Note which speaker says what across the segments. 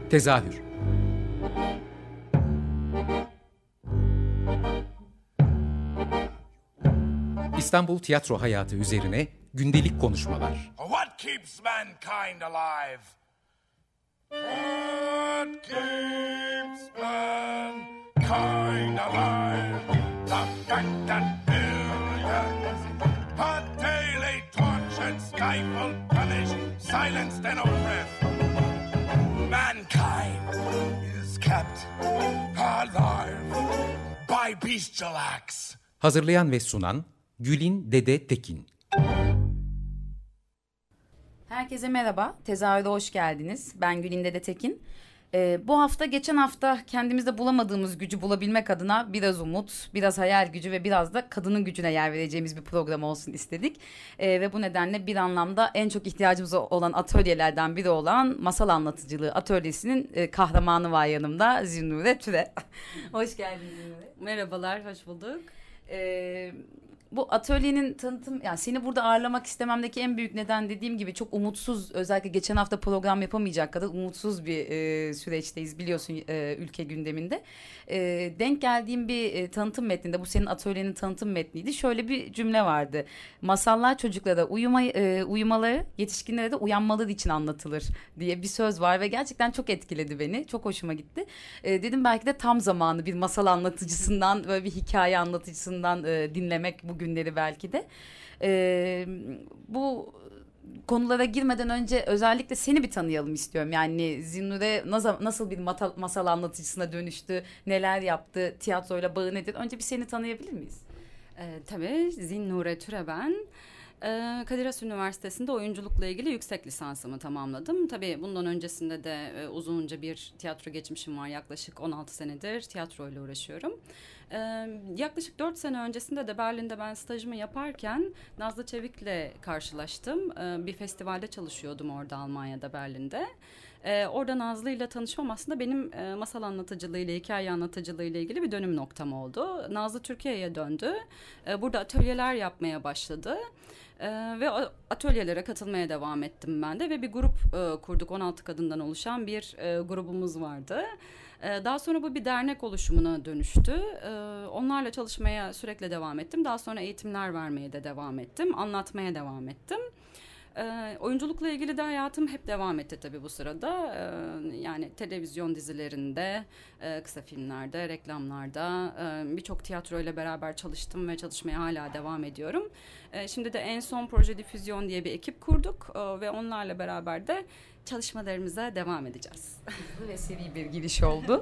Speaker 1: Tezahür. İstanbul tiyatro hayatı üzerine gündelik konuşmalar.
Speaker 2: What keeps mankind alive? What keeps mankind alive? The fact that millions are daily tortured, stifled, punished, silenced and oppressed. Mankind is kept alive by bestial acts.
Speaker 1: Hazırlayan ve sunan Gülin Dede Tekin.
Speaker 3: Herkese merhaba, tezahüre hoş geldiniz. Ben Gülin Dede Tekin. Bu hafta geçen hafta kendimizde bulamadığımız gücü bulabilmek adına biraz umut, biraz hayal gücü ve biraz da kadının gücüne yer vereceğimiz bir program olsun istedik. Ve bu nedenle bir anlamda en çok ihtiyacımız olan atölyelerden biri olan masal anlatıcılığı atölyesinin kahramanı var yanımda, Zinnure Türe. Hoş geldin Zinnure.
Speaker 4: Merhabalar, hoş bulduk.
Speaker 3: Bu atölyenin tanıtım, yani seni burada ağırlamak istememdeki en büyük neden dediğim gibi çok umutsuz, özellikle geçen hafta program yapamayacak kadar umutsuz bir süreçteyiz biliyorsun ülke gündeminde. Denk geldiğim bir tanıtım metninde, bu senin atölyenin tanıtım metniydi. Şöyle bir cümle vardı. Masallar çocuklara uyumaları, yetişkinlere de uyanmaları için anlatılır diye bir söz var ve gerçekten çok etkiledi beni. Çok hoşuma gitti. Dedim belki de tam zamanı bir masal anlatıcısından, böyle bir hikaye anlatıcısından dinlemek bu günleri belki de. Bu konulara girmeden önce özellikle seni bir tanıyalım istiyorum. Yani Zinnure nasıl bir masal anlatıcısına dönüştü, neler yaptı, tiyatroyla bağı nedir? Önce bir seni tanıyabilir miyiz?
Speaker 4: Tabii, Zinnure Türe ben. Kadir Has Üniversitesi'nde oyunculukla ilgili yüksek lisansımı tamamladım. Tabii bundan öncesinde de uzunca bir tiyatro geçmişim var. Yaklaşık 16 senedir tiyatroyla uğraşıyorum. Yaklaşık 4 sene öncesinde de Berlin'de ben stajımı yaparken Nazlı Çevik'le karşılaştım. Bir festivalde çalışıyordum orada, Almanya'da, Berlin'de. Orada Nazlı ile tanışmam aslında benim masal anlatıcılığıyla, hikaye anlatıcılığıyla ilgili bir dönüm noktam oldu. Nazlı Türkiye'ye döndü. Burada atölyeler yapmaya başladı. Ve o atölyelere katılmaya devam ettim ben de ve bir grup kurduk. 16 kadından oluşan bir grubumuz vardı. Daha sonra bu bir dernek oluşumuna dönüştü. Onlarla çalışmaya sürekli devam ettim. Daha sonra eğitimler vermeye de devam ettim. Anlatmaya devam ettim. Oyunculukla ilgili de hayatım hep devam etti tabii bu sırada. Yani televizyon dizilerinde, kısa filmlerde, reklamlarda, birçok tiyatro ile beraber çalıştım ve çalışmaya hala devam ediyorum. Şimdi de en son Proje Difüzyon diye bir ekip kurduk ve onlarla beraber de çalışmalarımıza devam edeceğiz.
Speaker 3: Hızlı ve seri bir giriş oldu.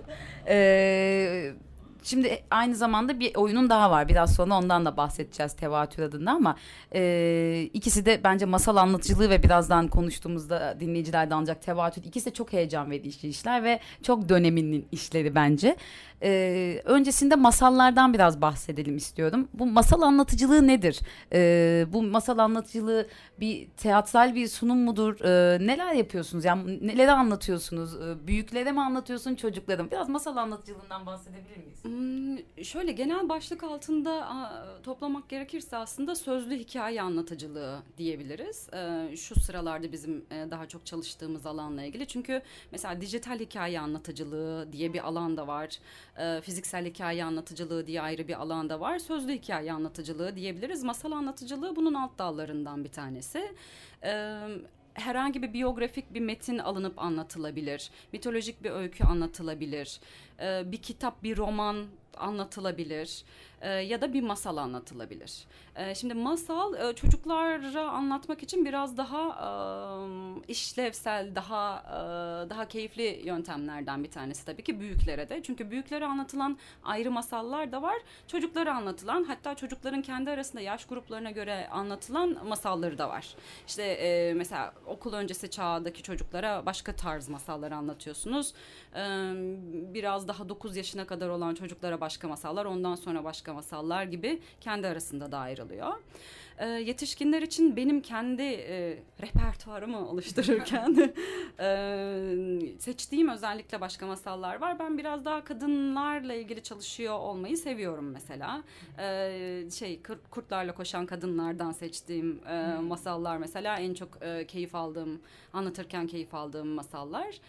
Speaker 3: Şimdi aynı zamanda bir oyunun daha var. Biraz sonra ondan da bahsedeceğiz, Tevatür adında, ama ikisi de bence masal anlatıcılığı ve birazdan konuştuğumuzda dinleyiciler de anlayacak Tevatür. İkisi de çok heyecan verici işler ve çok döneminin işleri bence. Öncesinde masallardan biraz bahsedelim istiyorum. Bu masal anlatıcılığı nedir? Bu masal anlatıcılığı bir teatral bir sunum mudur? Neler yapıyorsunuz? Yani neleri anlatıyorsunuz? Büyüklere mi anlatıyorsun, çocuklara mı? Biraz masal anlatıcılığından bahsedebilir miyiz?
Speaker 4: Şöyle genel başlık altında toplamak gerekirse aslında sözlü hikaye anlatıcılığı diyebiliriz. Şu sıralarda bizim daha çok çalıştığımız alanla ilgili. Çünkü mesela dijital hikaye anlatıcılığı diye bir alan da var. Fiziksel hikaye anlatıcılığı diye ayrı bir alan da var. Sözlü hikaye anlatıcılığı diyebiliriz. Masal anlatıcılığı bunun alt dallarından bir tanesi. Herhangi bir biyografik bir metin alınıp anlatılabilir. Mitolojik bir öykü anlatılabilir. Bir kitap, bir roman anlatılabilir. Ya da bir masal anlatılabilir. Şimdi masal çocuklara anlatmak için biraz daha işlevsel, daha keyifli yöntemlerden bir tanesi tabii ki büyüklere de. Çünkü büyüklere anlatılan ayrı masallar da var. Çocuklara anlatılan, hatta çocukların kendi arasında yaş gruplarına göre anlatılan masalları da var. İşte mesela okul öncesi çağdaki çocuklara başka tarz masallar anlatıyorsunuz. Biraz daha 9 yaşına kadar olan çocuklara başka masallar, ondan sonra başka masallar gibi kendi arasında da ayrılıyor. Yetişkinler için benim kendi repertuarımı oluştururken seçtiğim özellikle başka masallar var. Ben biraz daha kadınlarla ilgili çalışıyor olmayı seviyorum mesela. Kurtlarla koşan kadınlardan seçtiğim masallar mesela en çok anlatırken keyif aldığım masallar.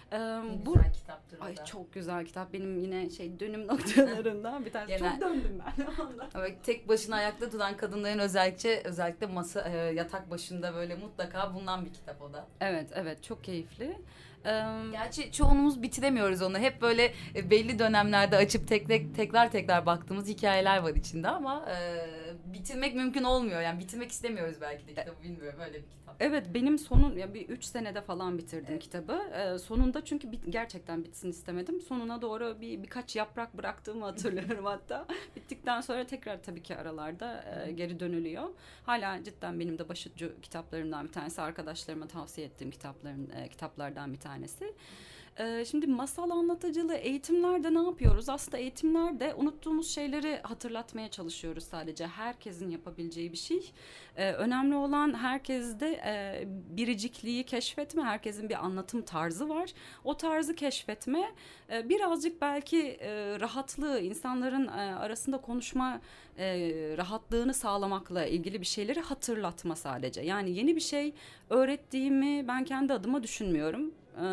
Speaker 4: Bu
Speaker 3: Güzel kitaptır o
Speaker 4: Ay
Speaker 3: da.
Speaker 4: çok güzel kitap. Benim yine dönüm noktalarından bir tanesi.
Speaker 3: Genel-
Speaker 4: Çok döndüm ben ondan.
Speaker 3: Ama tek başına ayakta duran kadınların özellikle masa yatak başında böyle mutlaka bulunan bir kitap o da.
Speaker 4: Evet çok keyifli.
Speaker 3: Gerçi çoğunumuz bitiremiyoruz onu. Hep böyle belli dönemlerde açıp tekrar baktığımız hikayeler var içinde ama bitirmek mümkün olmuyor. Yani bitirmek istemiyoruz belki de kitabı, bilmiyorum, öyle bir kitap.
Speaker 4: Evet benim sonun ya bir 3 senede falan bitirdim kitabı. Sonunda çünkü gerçekten bitsin istemedim. Sonuna doğru birkaç yaprak bıraktığımı hatırlıyorum hatta. Bittikten sonra tekrar tabii ki aralarda geri dönülüyor. Hala cidden benim de başucu kitaplarımdan bir tanesi. Arkadaşlarıma tavsiye ettiğim kitaplardan bir tanesi. Şimdi masal anlatıcılığı eğitimlerde ne yapıyoruz? Aslında eğitimlerde unuttuğumuz şeyleri hatırlatmaya çalışıyoruz sadece. Herkesin yapabileceği bir şey. Önemli olan herkeste biricikliği keşfetme. Herkesin bir anlatım tarzı var. O tarzı keşfetme. Birazcık belki rahatlığı, insanların arasında konuşma rahatlığını sağlamakla ilgili bir şeyleri hatırlatma sadece. Yani yeni bir şey öğrettiğimi ben kendi adıma düşünmüyorum.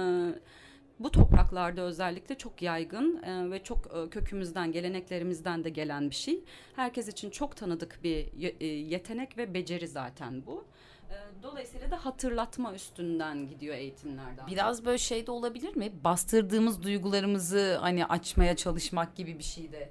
Speaker 4: Bu topraklarda özellikle çok yaygın ve çok kökümüzden, geleneklerimizden de gelen bir şey. Herkes için çok tanıdık bir yetenek ve beceri zaten bu. Dolayısıyla da hatırlatma üstünden gidiyor eğitimlerden.
Speaker 3: Biraz böyle şey de olabilir mi? Bastırdığımız duygularımızı hani açmaya çalışmak gibi bir şey de.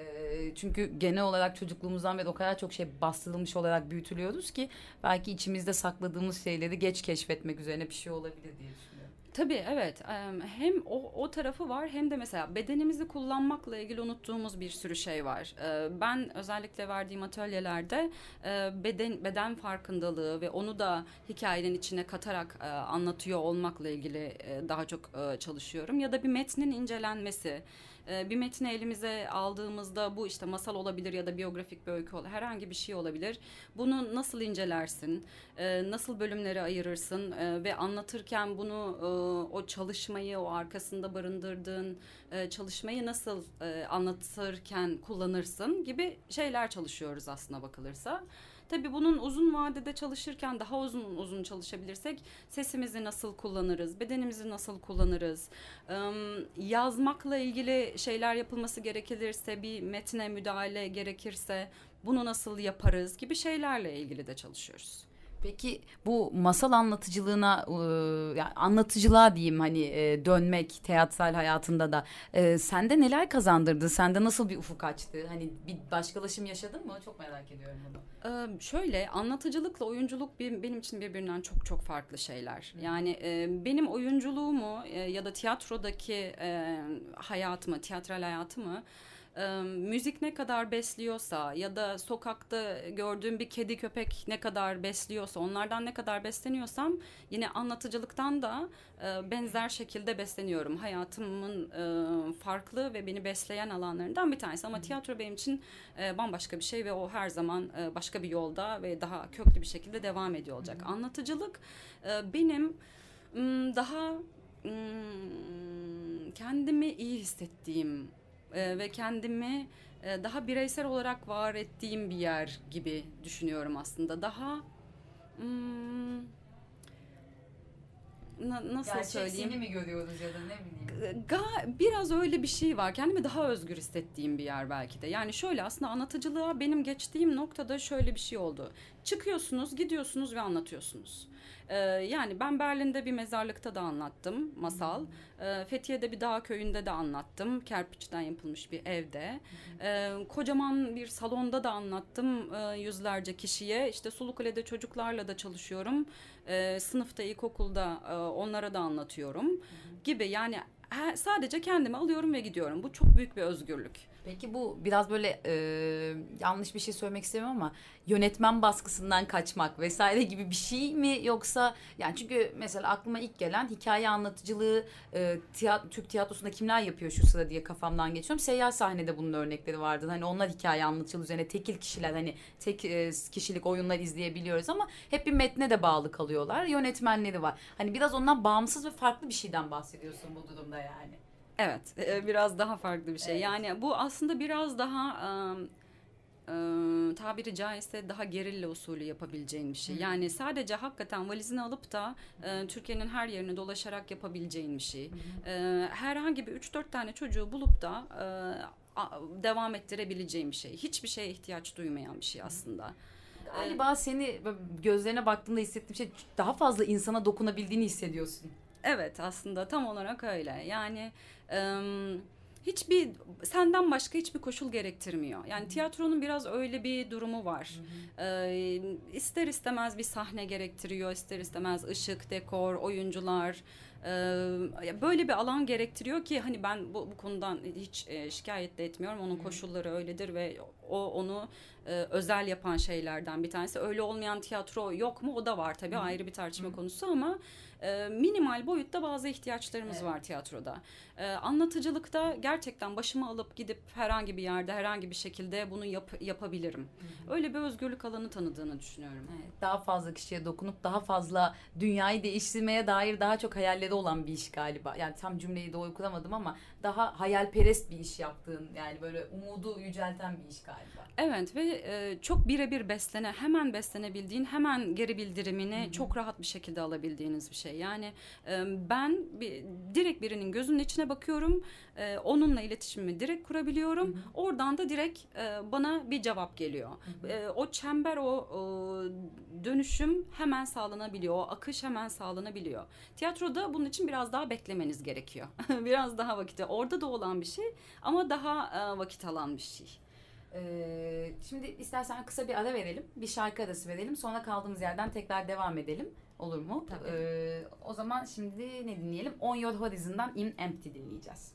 Speaker 3: Çünkü genel olarak çocukluğumuzdan beri o kadar çok şey bastırılmış olarak büyütülüyoruz ki belki içimizde sakladığımız şeyleri geç keşfetmek üzerine bir şey olabilir diye düşünüyorum.
Speaker 4: Tabii evet. Hem o tarafı var hem de mesela bedenimizi kullanmakla ilgili unuttuğumuz bir sürü şey var. Ben özellikle verdiğim atölyelerde beden farkındalığı ve onu da hikayenin içine katarak anlatıyor olmakla ilgili daha çok çalışıyorum. Ya da bir metnin incelenmesi. Bir metni elimize aldığımızda bu masal olabilir ya da biyografik bir öykü herhangi bir şey olabilir. Bunu nasıl incelersin? Nasıl bölümlere ayırırsın? Ve anlatırken bunu o çalışmayı, o arkasında barındırdığın çalışmayı nasıl anlatırken kullanırsın gibi şeyler çalışıyoruz aslına bakılırsa. Tabii bunun uzun vadede çalışırken daha uzun çalışabilirsek sesimizi nasıl kullanırız, bedenimizi nasıl kullanırız, yazmakla ilgili şeyler yapılması gerekirse, bir metne müdahale gerekirse bunu nasıl yaparız gibi şeylerle ilgili de çalışıyoruz.
Speaker 3: Peki bu masal anlatıcılığına, yani anlatıcılığa diyeyim dönmek teatral hayatında da sende neler kazandırdı? Sende nasıl bir ufuk açtı? Hani bir başkalaşım yaşadın mı? Çok merak ediyorum bunu.
Speaker 4: Şöyle anlatıcılıkla oyunculuk benim için birbirinden çok çok farklı şeyler. Yani benim oyunculuğumu ya da tiyatrodaki hayatımı, tiyatral hayatımı müzik ne kadar besliyorsa ya da sokakta gördüğüm bir kedi köpek ne kadar besliyorsa, onlardan ne kadar besleniyorsam yine anlatıcılıktan da benzer şekilde besleniyorum. Hayatımın farklı ve beni besleyen alanlarından bir tanesi ama tiyatro benim için bambaşka bir şey ve o her zaman başka bir yolda ve daha köklü bir şekilde devam ediyor olacak. Anlatıcılık benim daha kendimi iyi hissettiğim ve kendimi daha bireysel olarak var ettiğim bir yer gibi düşünüyorum aslında. Daha nasıl
Speaker 3: Gerçek
Speaker 4: söyleyeyim?
Speaker 3: seni mi görüyoruz ya da ne bileyim.
Speaker 4: Biraz öyle bir şey var. Kendimi daha özgür hissettiğim bir yer belki de. Yani şöyle aslında anlatıcılığa benim geçtiğim noktada şöyle bir şey oldu. Çıkıyorsunuz, gidiyorsunuz ve anlatıyorsunuz. Yani ben Berlin'de bir mezarlıkta da anlattım masal. Fethiye'de bir dağ köyünde de anlattım. Kerpiçten yapılmış bir evde. Kocaman bir salonda da anlattım yüzlerce kişiye. İşte Sulukule'de çocuklarla da çalışıyorum. Sınıfta, ilkokulda onlara da anlatıyorum gibi. Yani sadece kendimi alıyorum ve gidiyorum. Bu çok büyük bir özgürlük.
Speaker 3: Peki bu biraz böyle yanlış bir şey söylemek istemiyorum ama yönetmen baskısından kaçmak vesaire gibi bir şey mi yoksa yani çünkü mesela aklıma ilk gelen hikaye anlatıcılığı Türk tiyatrosunda kimler yapıyor şu sıra diye kafamdan geçiyorum. Seyyar Sahnede bunun örnekleri vardı. Hani onlar hikaye anlatıcılığı üzerine tekil kişiler tek kişilik oyunlar izleyebiliyoruz ama hep bir metne de bağlı kalıyorlar. Yönetmenleri var. Hani biraz ondan bağımsız ve farklı bir şeyden bahsediyorsun bu durumda yani.
Speaker 4: Evet, biraz daha farklı bir şey.
Speaker 3: Evet.
Speaker 4: Yani bu aslında biraz daha tabiri caizse daha gerilla usulü yapabileceğin bir şey. Yani sadece hakikaten valizini alıp da Türkiye'nin her yerini dolaşarak yapabileceğin bir şey. Herhangi bir 3-4 tane çocuğu bulup da devam ettirebileceğin bir şey. Hiçbir şeye ihtiyaç duymayan bir şey aslında.
Speaker 3: Galiba seni gözlerine baktığımda hissettiğim şey, daha fazla insana dokunabildiğini hissediyorsun.
Speaker 4: Evet, aslında tam olarak öyle. Yani hiçbir senden başka hiçbir koşul gerektirmiyor. Yani tiyatronun biraz öyle bir durumu var. İster istemez bir sahne gerektiriyor, ister istemez ışık, dekor, oyuncular. Böyle bir alan gerektiriyor ki hani ben bu konudan hiç şikayet de etmiyorum. Onun koşulları öyledir ve onu özel yapan şeylerden bir tanesi. Öyle olmayan tiyatro yok mu? O da var tabii, ayrı bir tartışma konusu ama minimal boyutta bazı ihtiyaçlarımız var tiyatroda. Anlatıcılıkta gerçekten başımı alıp gidip herhangi bir yerde herhangi bir şekilde bunu yapabilirim. Öyle bir özgürlük alanı tanıdığını düşünüyorum.
Speaker 3: Evet, daha fazla kişiye dokunup daha fazla dünyayı değiştirmeye dair daha çok hayalleri olan bir iş galiba. Yani tam cümleyi doğru kuramadım ama daha hayalperest bir iş yaptığın, yani böyle umudu yücelten bir iş galiba.
Speaker 4: Evet ve çok birebir hemen beslenebildiğin, hemen geri bildirimini çok rahat bir şekilde alabildiğiniz bir şey. Yani ben direkt birinin gözünün içine bakıyorum, onunla iletişimimi direkt kurabiliyorum. Oradan da direkt bana bir cevap geliyor. O çember, o dönüşüm hemen sağlanabiliyor, o akış hemen sağlanabiliyor. Tiyatroda bunun için biraz daha beklemeniz gerekiyor. Biraz daha vakit. Orada da olan bir şey ama daha vakit alan bir şey.
Speaker 3: Şimdi istersen kısa bir ara verelim. Bir şarkı arası verelim. Sonra kaldığımız yerden tekrar devam edelim. Olur mu?
Speaker 4: Tabii.
Speaker 3: O zaman şimdi ne dinleyelim? On Your Horizon'dan In Empty dinleyeceğiz.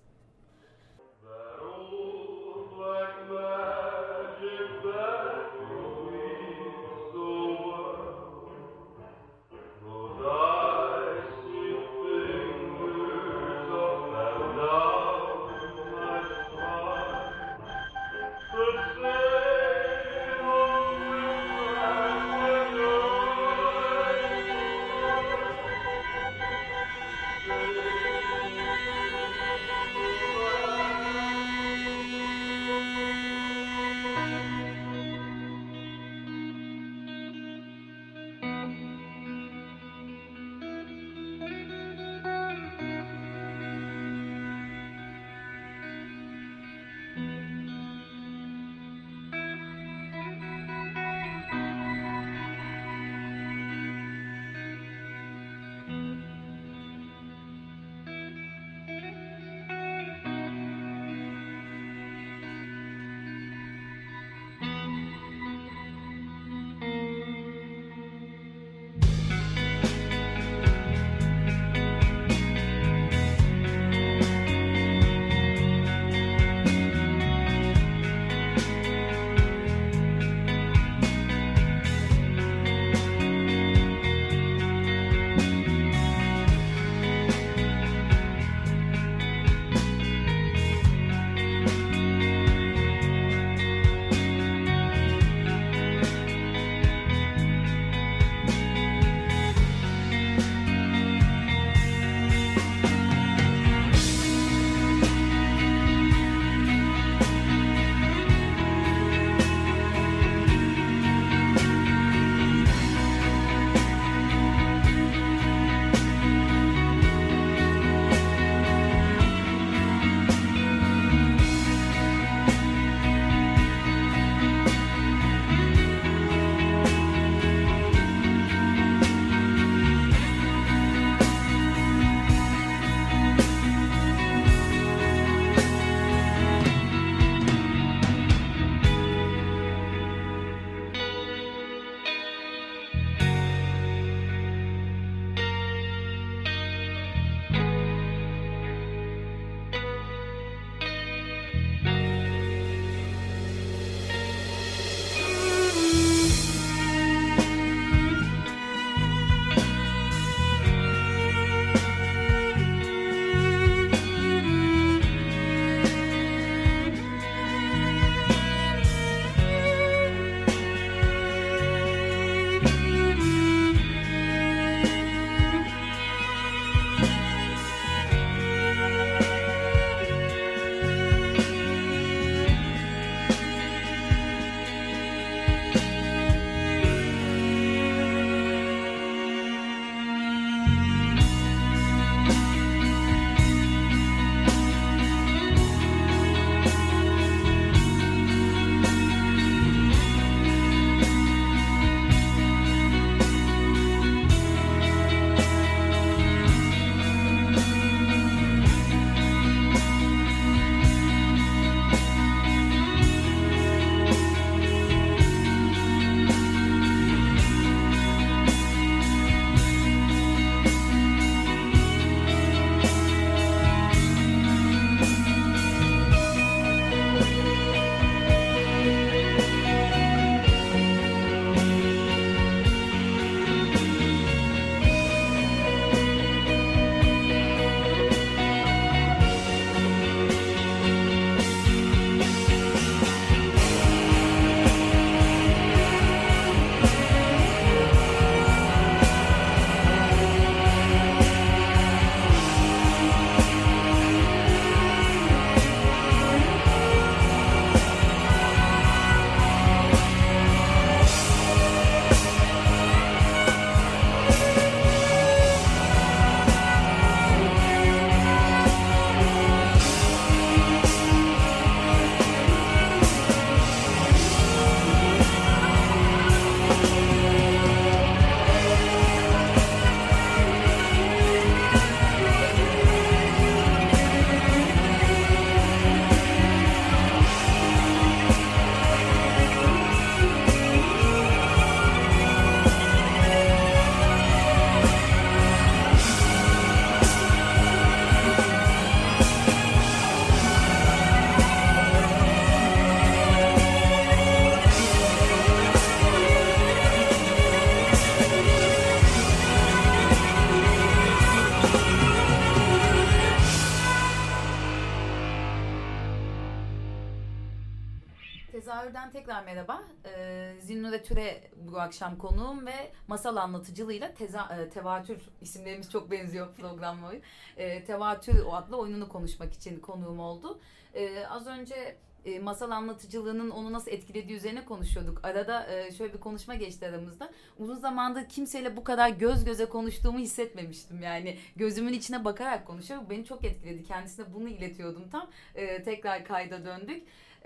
Speaker 3: Atölyeden tekrar merhaba. Zinnure Türe bu akşam konuğum ve masal anlatıcılığıyla Tevatür, isimlerimiz çok benziyor programla. Tevatür adlı oyununu konuşmak için konuğum oldu. Az önce masal anlatıcılığının onu nasıl etkilediği üzerine konuşuyorduk. Arada şöyle bir konuşma geçti aramızda. Uzun zamandır kimseyle bu kadar göz göze konuştuğumu hissetmemiştim. Yani gözümün içine bakarak konuşuyor. Beni çok etkiledi. Kendisine bunu iletiyordum tam. Tekrar kayda döndük.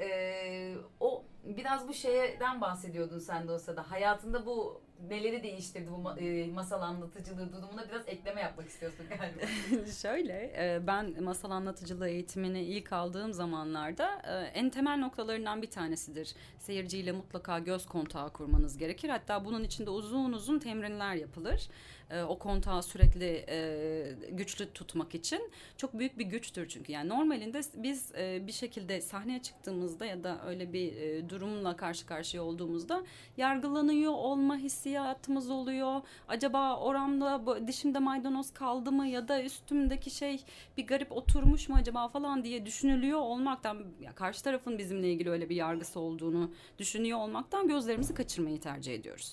Speaker 3: O biraz bu şeyden bahsediyordun sen de o sırada. Hayatında bu neleri değiştirdi bu masal anlatıcılığı durumuna biraz ekleme yapmak istiyorsun galiba.
Speaker 4: Şöyle, ben masal anlatıcılığı eğitimini ilk aldığım zamanlarda en temel noktalarından bir tanesidir. Seyirciyle mutlaka göz kontağı kurmanız gerekir. Hatta bunun içinde uzun uzun temrinler yapılır. O kontağı sürekli güçlü tutmak için çok büyük bir güçtür çünkü. Yani normalinde biz bir şekilde sahneye çıktığımızda ya da öyle bir durumla karşı karşıya olduğumuzda yargılanıyor olma hissiyatımız oluyor. Acaba oramda dişimde maydanoz kaldı mı ya da üstümdeki şey bir garip oturmuş mu acaba falan diye düşünülüyor olmaktan, ya karşı tarafın bizimle ilgili öyle bir yargısı olduğunu düşünüyor olmaktan gözlerimizi kaçırmayı tercih ediyoruz.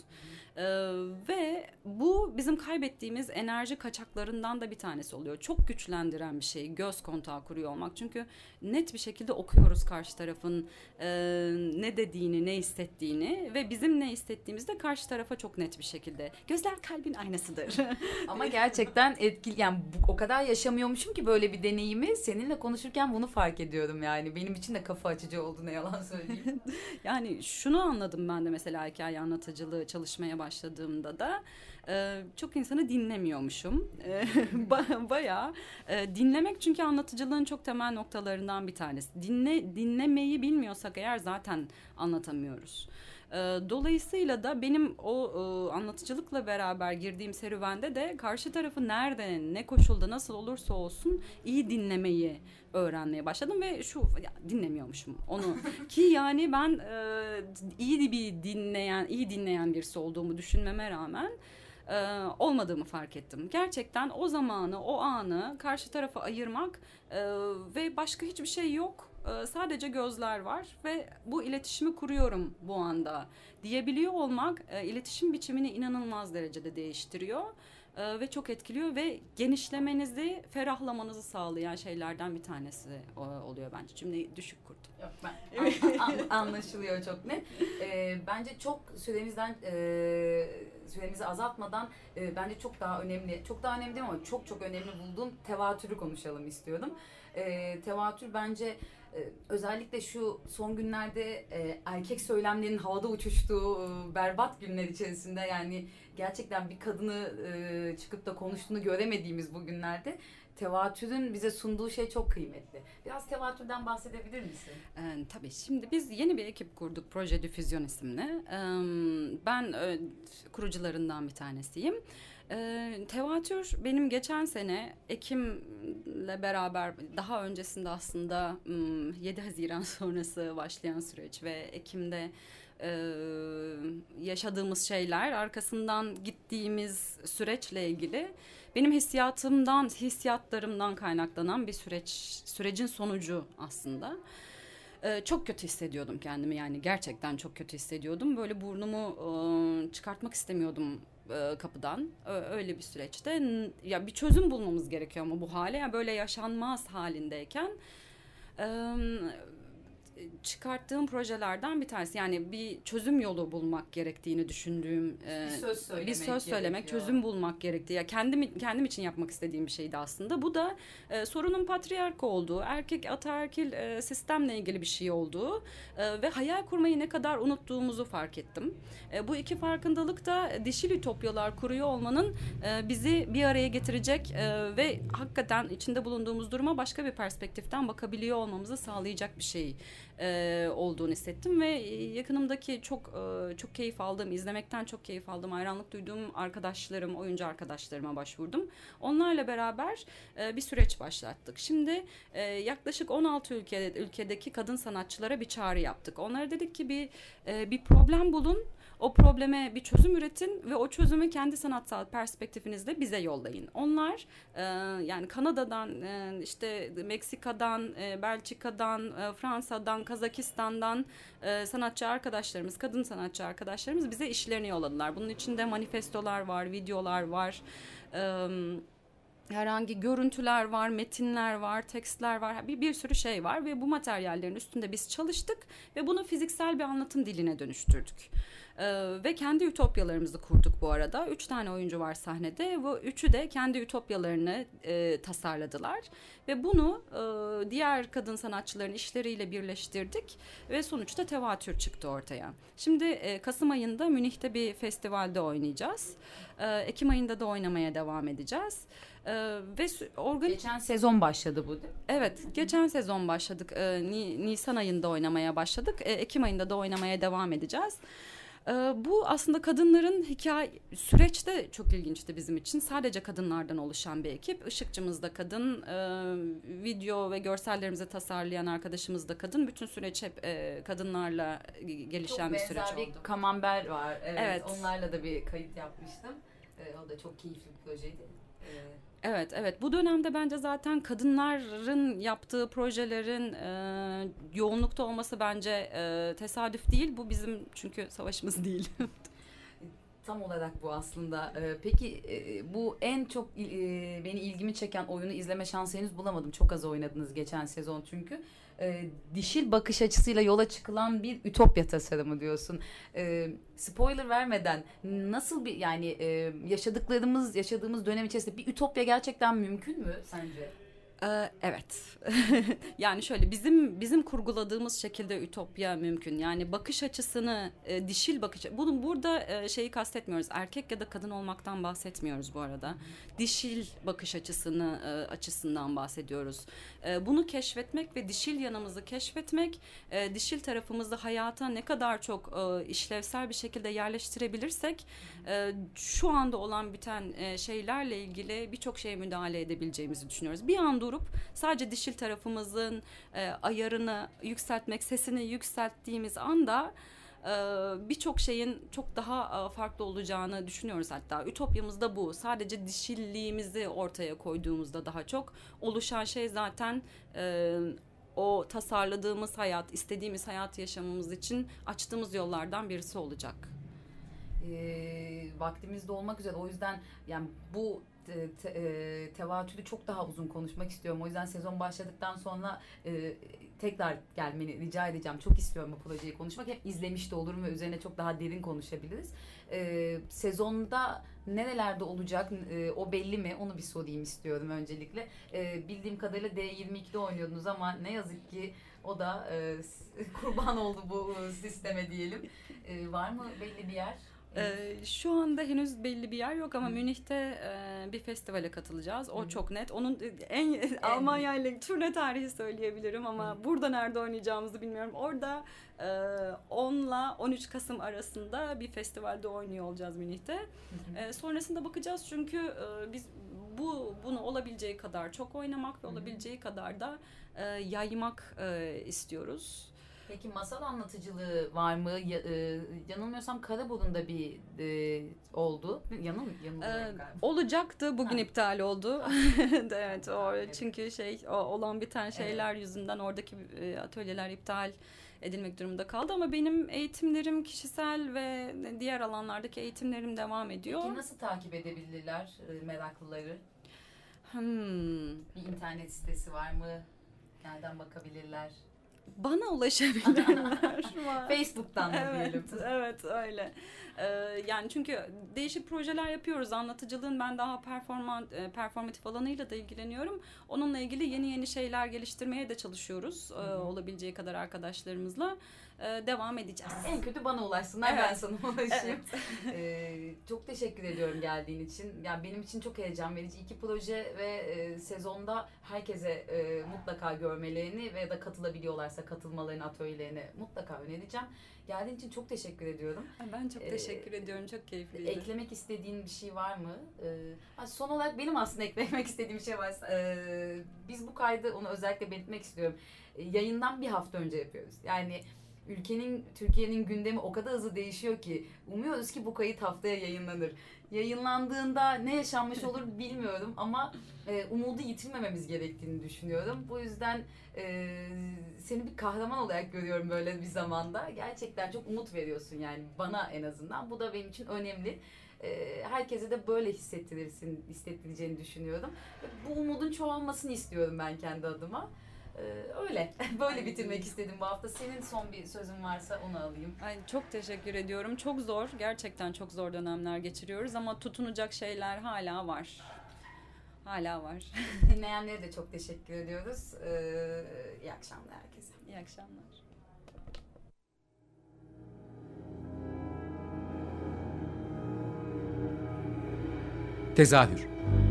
Speaker 4: Ve bu bizim kaybettiğimiz enerji kaçaklarından da bir tanesi oluyor. Çok güçlendiren bir şey göz kontağı kuruyor olmak. Çünkü net bir şekilde okuyoruz karşı tarafın ne dediğini, ne hissettiğini ve bizim ne hissettiğimizi de karşı tarafa çok net bir şekilde. Gözler kalbin aynasıdır.
Speaker 3: Ama gerçekten etkili, yani o kadar yaşamıyormuşum ki böyle bir deneyimi, seninle konuşurken bunu fark ediyorum yani. Benim için de kafa açıcı oldu, ne yalan söyleyeyim.
Speaker 4: Yani şunu anladım ben de mesela hikaye anlatıcılığı çalışmaya başladığımda da çok insanı dinlemiyormuşum. Bayağı dinlemek, çünkü anlatıcılığın çok temel noktalarından bir tanesi. Dinlemeyi bilmiyorsak eğer zaten anlatamıyoruz. Dolayısıyla da benim o anlatıcılıkla beraber girdiğim serüvende de karşı tarafı nerede, ne koşulda, nasıl olursa olsun iyi dinlemeyi öğrenmeye başladım ve dinlemiyormuşum onu ki yani ben iyi dinleyen birisi olduğumu düşünmeme rağmen olmadığımı fark ettim. Gerçekten o zamanı, o anı karşı tarafa ayırmak ve başka hiçbir şey yok. Sadece gözler var ve bu iletişimi kuruyorum bu anda diyebiliyor olmak iletişim biçimini inanılmaz derecede değiştiriyor ve çok etkiliyor ve genişlemenizi, ferahlamanızı sağlayan şeylerden bir tanesi oluyor bence. Cümleyi düşük kurdum.
Speaker 3: Yok, anlaşılıyor çok net. Bence çok süremizi azaltmadan bence çok daha önemli değil ama çok önemli bulduğum tevatürü konuşalım istiyorum. Tevatür bence özellikle şu son günlerde erkek söylemlerinin havada uçuştuğu berbat günler içerisinde, yani gerçekten bir kadını çıkıp da konuştuğunu göremediğimiz bu günlerde tevatürün bize sunduğu şey çok kıymetli. Biraz tevatürden bahsedebilir misin?
Speaker 4: Tabii. Şimdi biz yeni bir ekip kurduk. Proje Difüzyon isimli. Ben kurucularından bir tanesiyim. Tevatür benim geçen sene Ekim'le beraber, daha öncesinde aslında 7 Haziran sonrası başlayan süreç ve Ekim'de yaşadığımız şeyler, arkasından gittiğimiz süreçle ilgili benim hissiyatlarımdan kaynaklanan bir sürecin sonucu aslında. Çok kötü hissediyordum kendimi, yani gerçekten çok kötü hissediyordum. Böyle burnumu çıkartmak istemiyordum kapıdan. Öyle bir süreçte ya bir çözüm bulmamız gerekiyor ama bu hale, yani böyle yaşanmaz halindeyken çıkarttığım projelerden bir tanesi. Yani bir çözüm yolu bulmak gerektiğini düşündüğüm bir söz söylemek, çözüm bulmak gerektiği. Ya kendim için yapmak istediğim bir şeydi aslında. Bu da sorunun patriark olduğu, ataerkil sistemle ilgili bir şey olduğu ve hayal kurmayı ne kadar unuttuğumuzu fark ettim. Bu iki farkındalık da dişil ütopyalar kuruyor olmanın bizi bir araya getirecek ve hakikaten içinde bulunduğumuz duruma başka bir perspektiften bakabiliyor olmamızı sağlayacak bir şey olduğunu hissettim ve yakınımdaki çok keyif aldığım, izlemekten çok keyif aldığım, hayranlık duyduğum oyuncu arkadaşlarıma başvurdum. Onlarla beraber bir süreç başlattık. Şimdi yaklaşık 16 ülkedeki kadın sanatçılara bir çağrı yaptık. Onlara dedik ki bir problem bulun. O probleme bir çözüm üretin ve o çözümü kendi sanatsal perspektifinizle bize yollayın. Onlar yani Kanada'dan, işte Meksika'dan, Belçika'dan, Fransa'dan, Kazakistan'dan sanatçı arkadaşlarımız, kadın sanatçı arkadaşlarımız bize işlerini yolladılar. Bunun içinde manifestolar var, videolar var. Herhangi görüntüler var, metinler var, tekstler var, bir sürü şey var ve bu materyallerin üstünde biz çalıştık ve bunu fiziksel bir anlatım diline dönüştürdük. Ve kendi ütopyalarımızı kurduk bu arada. 3 tane oyuncu var sahnede. Bu üçü de kendi ütopyalarını tasarladılar. Ve bunu diğer kadın sanatçıların işleriyle birleştirdik. Ve sonuçta tevatür çıktı ortaya. Şimdi Kasım ayında Münih'te bir festivalde oynayacağız. Ekim ayında da oynamaya devam edeceğiz. Ve
Speaker 3: Geçen sezon başladı bu değil mi?
Speaker 4: Evet, geçen sezon başladık. Nisan ayında oynamaya başladık. Ekim ayında da oynamaya devam edeceğiz. Bu aslında kadınların süreç de çok ilginçti bizim için. Sadece kadınlardan oluşan bir ekip. Işıkçımız da kadın, video ve görsellerimizi tasarlayan arkadaşımız da kadın. Bütün süreç hep kadınlarla gelişen bir süreç oldu.
Speaker 3: Çok benzer bir kamember var.
Speaker 4: Evet.
Speaker 3: Onlarla da bir kayıt yapmıştım. O da çok keyifli bir projeydi.
Speaker 4: Evet. Bu dönemde bence zaten kadınların yaptığı projelerin yoğunlukta olması bence tesadüf değil. Bu bizim çünkü savaşımız değil.
Speaker 3: Tam olarak bu aslında. Peki bu en çok beni ilgimi çeken oyunu izleme şansı henüz bulamadım. Çok az oynadınız geçen sezon çünkü. Dişil bakış açısıyla yola çıkılan bir ütopya tasarımı diyorsun. Spoiler vermeden nasıl bir yani yaşadığımız dönem içerisinde bir ütopya gerçekten mümkün mü sence?
Speaker 4: Evet. Yani şöyle bizim kurguladığımız şekilde ütopya mümkün. Yani bakış açısını dişil bakış. Bunun burada şeyi kastetmiyoruz. Erkek ya da kadın olmaktan bahsetmiyoruz bu arada. Dişil bakış açısından bahsediyoruz. Bunu keşfetmek ve dişil yanımızı keşfetmek, dişil tarafımızı hayata ne kadar çok işlevsel bir şekilde yerleştirebilirsek şu anda olan biten şeylerle ilgili birçok şeye müdahale edebileceğimizi düşünüyoruz. Bir an durup sadece dişil tarafımızın ayarını yükseltmek, sesini yükselttiğimiz anda birçok şeyin çok daha farklı olacağını düşünüyoruz hatta. Ütopyamız da bu. Sadece dişilliğimizi ortaya koyduğumuzda daha çok oluşan şey zaten o tasarladığımız hayat, istediğimiz hayat yaşamamız için açtığımız yollardan birisi olacak.
Speaker 3: Vaktimizde olmak üzere. O yüzden yani bu tevatürü çok daha uzun konuşmak istiyorum. O yüzden sezon başladıktan sonra tekrar gelmeni rica edeceğim. Çok istiyorum bu projeyi konuşmak. Hem izlemiş de olurum ve üzerine çok daha derin konuşabiliriz. Sezonda nerelerde olacak o belli mi? Onu bir sorayım istiyorum öncelikle. Bildiğim kadarıyla D22'de oynuyordunuz ama ne yazık ki o da kurban oldu bu sisteme diyelim. Var mı belli bir yer?
Speaker 4: Şu anda henüz belli bir yer yok ama Münih'te bir festivale katılacağız. O çok net. Onun Almanya ile turne tarihi söyleyebilirim ama burada nerede oynayacağımızı bilmiyorum. Orada 10 ile 13 Kasım arasında bir festivalde oynuyor olacağız Münih'te. Sonrasında bakacağız çünkü biz bunu olabileceği kadar çok oynamak ve olabileceği kadar da yaymak istiyoruz.
Speaker 3: Peki masal anlatıcılığı var mı? Yanılmıyorsam Karaburun'da bir oldu.
Speaker 4: Olacaktı. Bugün iptal oldu. Evet. Çünkü olan biten şeyler yüzünden oradaki atölyeler iptal edilmek durumunda kaldı ama benim eğitimlerim kişisel ve diğer alanlardaki eğitimlerim devam ediyor.
Speaker 3: Peki nasıl takip edebilirler meraklıları? Bir internet sitesi var mı? Nereden bakabilirler?
Speaker 4: Bana ulaşabilirler.
Speaker 3: Facebook'tan da diyelim.
Speaker 4: Evet öyle. Yani çünkü değişik projeler yapıyoruz. Anlatıcılığın ben daha performatif alanıyla da ilgileniyorum. Onunla ilgili yeni şeyler geliştirmeye de çalışıyoruz. Olabileceği kadar arkadaşlarımızla. Devam edeceğiz.
Speaker 3: En kötü bana ulaşsınlar, evet. Ben sana ulaşayım. Çok teşekkür ediyorum geldiğin için. Yani benim için çok heyecan verici. 2 proje ve sezonda herkese mutlaka görmelerini ve ya da katılabiliyorlarsa katılmalarını atölyelerine mutlaka önereceğim. Geldiğin için çok teşekkür ediyorum.
Speaker 4: Ben çok teşekkür ediyorum. Çok keyifliydi.
Speaker 3: Eklemek istediğin bir şey var mı? Son olarak benim aslında eklemek istediğim bir şey var. Biz bu kaydı, onu özellikle belirtmek istiyorum. Yayından bir hafta önce yapıyoruz. Yani Türkiye'nin gündemi o kadar hızlı değişiyor ki umuyoruz ki bu kayıt haftaya yayınlanır. Yayınlandığında ne yaşanmış olur bilmiyorum ama umudu yitirmememiz gerektiğini düşünüyorum. Bu yüzden seni bir kahraman olarak görüyorum böyle bir zamanda. Gerçekten çok umut veriyorsun yani bana en azından. Bu da benim için önemli. Herkese de böyle hissettireceğini düşünüyorum. Bu umudun çoğalmasını istiyorum ben kendi adıma. Öyle. Böyle bitirmek istedim bu hafta. Senin son bir sözün varsa onu alayım.
Speaker 4: Ay, çok teşekkür ediyorum. Çok zor. Gerçekten çok zor dönemler geçiriyoruz ama tutunacak şeyler hala var. Hala var.
Speaker 3: Dinleyenlere de çok teşekkür ediyoruz. İyi akşamlar herkese.
Speaker 4: İyi akşamlar.
Speaker 1: Tezahür.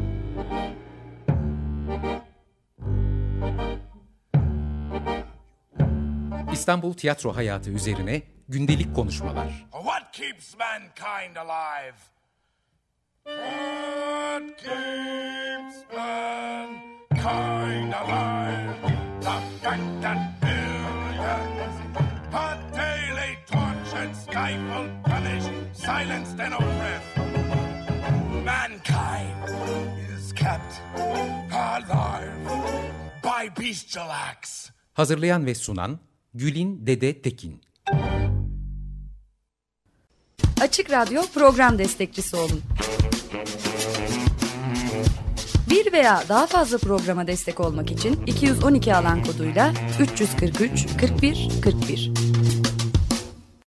Speaker 1: İstanbul tiyatro hayatı üzerine gündelik konuşmalar.
Speaker 2: What keeps mankind alive? What keeps mankind alive? The fact that billions are daily tortured, stifled, punished, silenced, and oppressed. Mankind is kept alive by bestial acts.
Speaker 1: Hazırlayan ve sunan Gülin Dede Tekin.
Speaker 5: Açık Radyo program destekçisi olun. Bir veya daha fazla programa destek olmak için 212 alan koduyla 343 41 41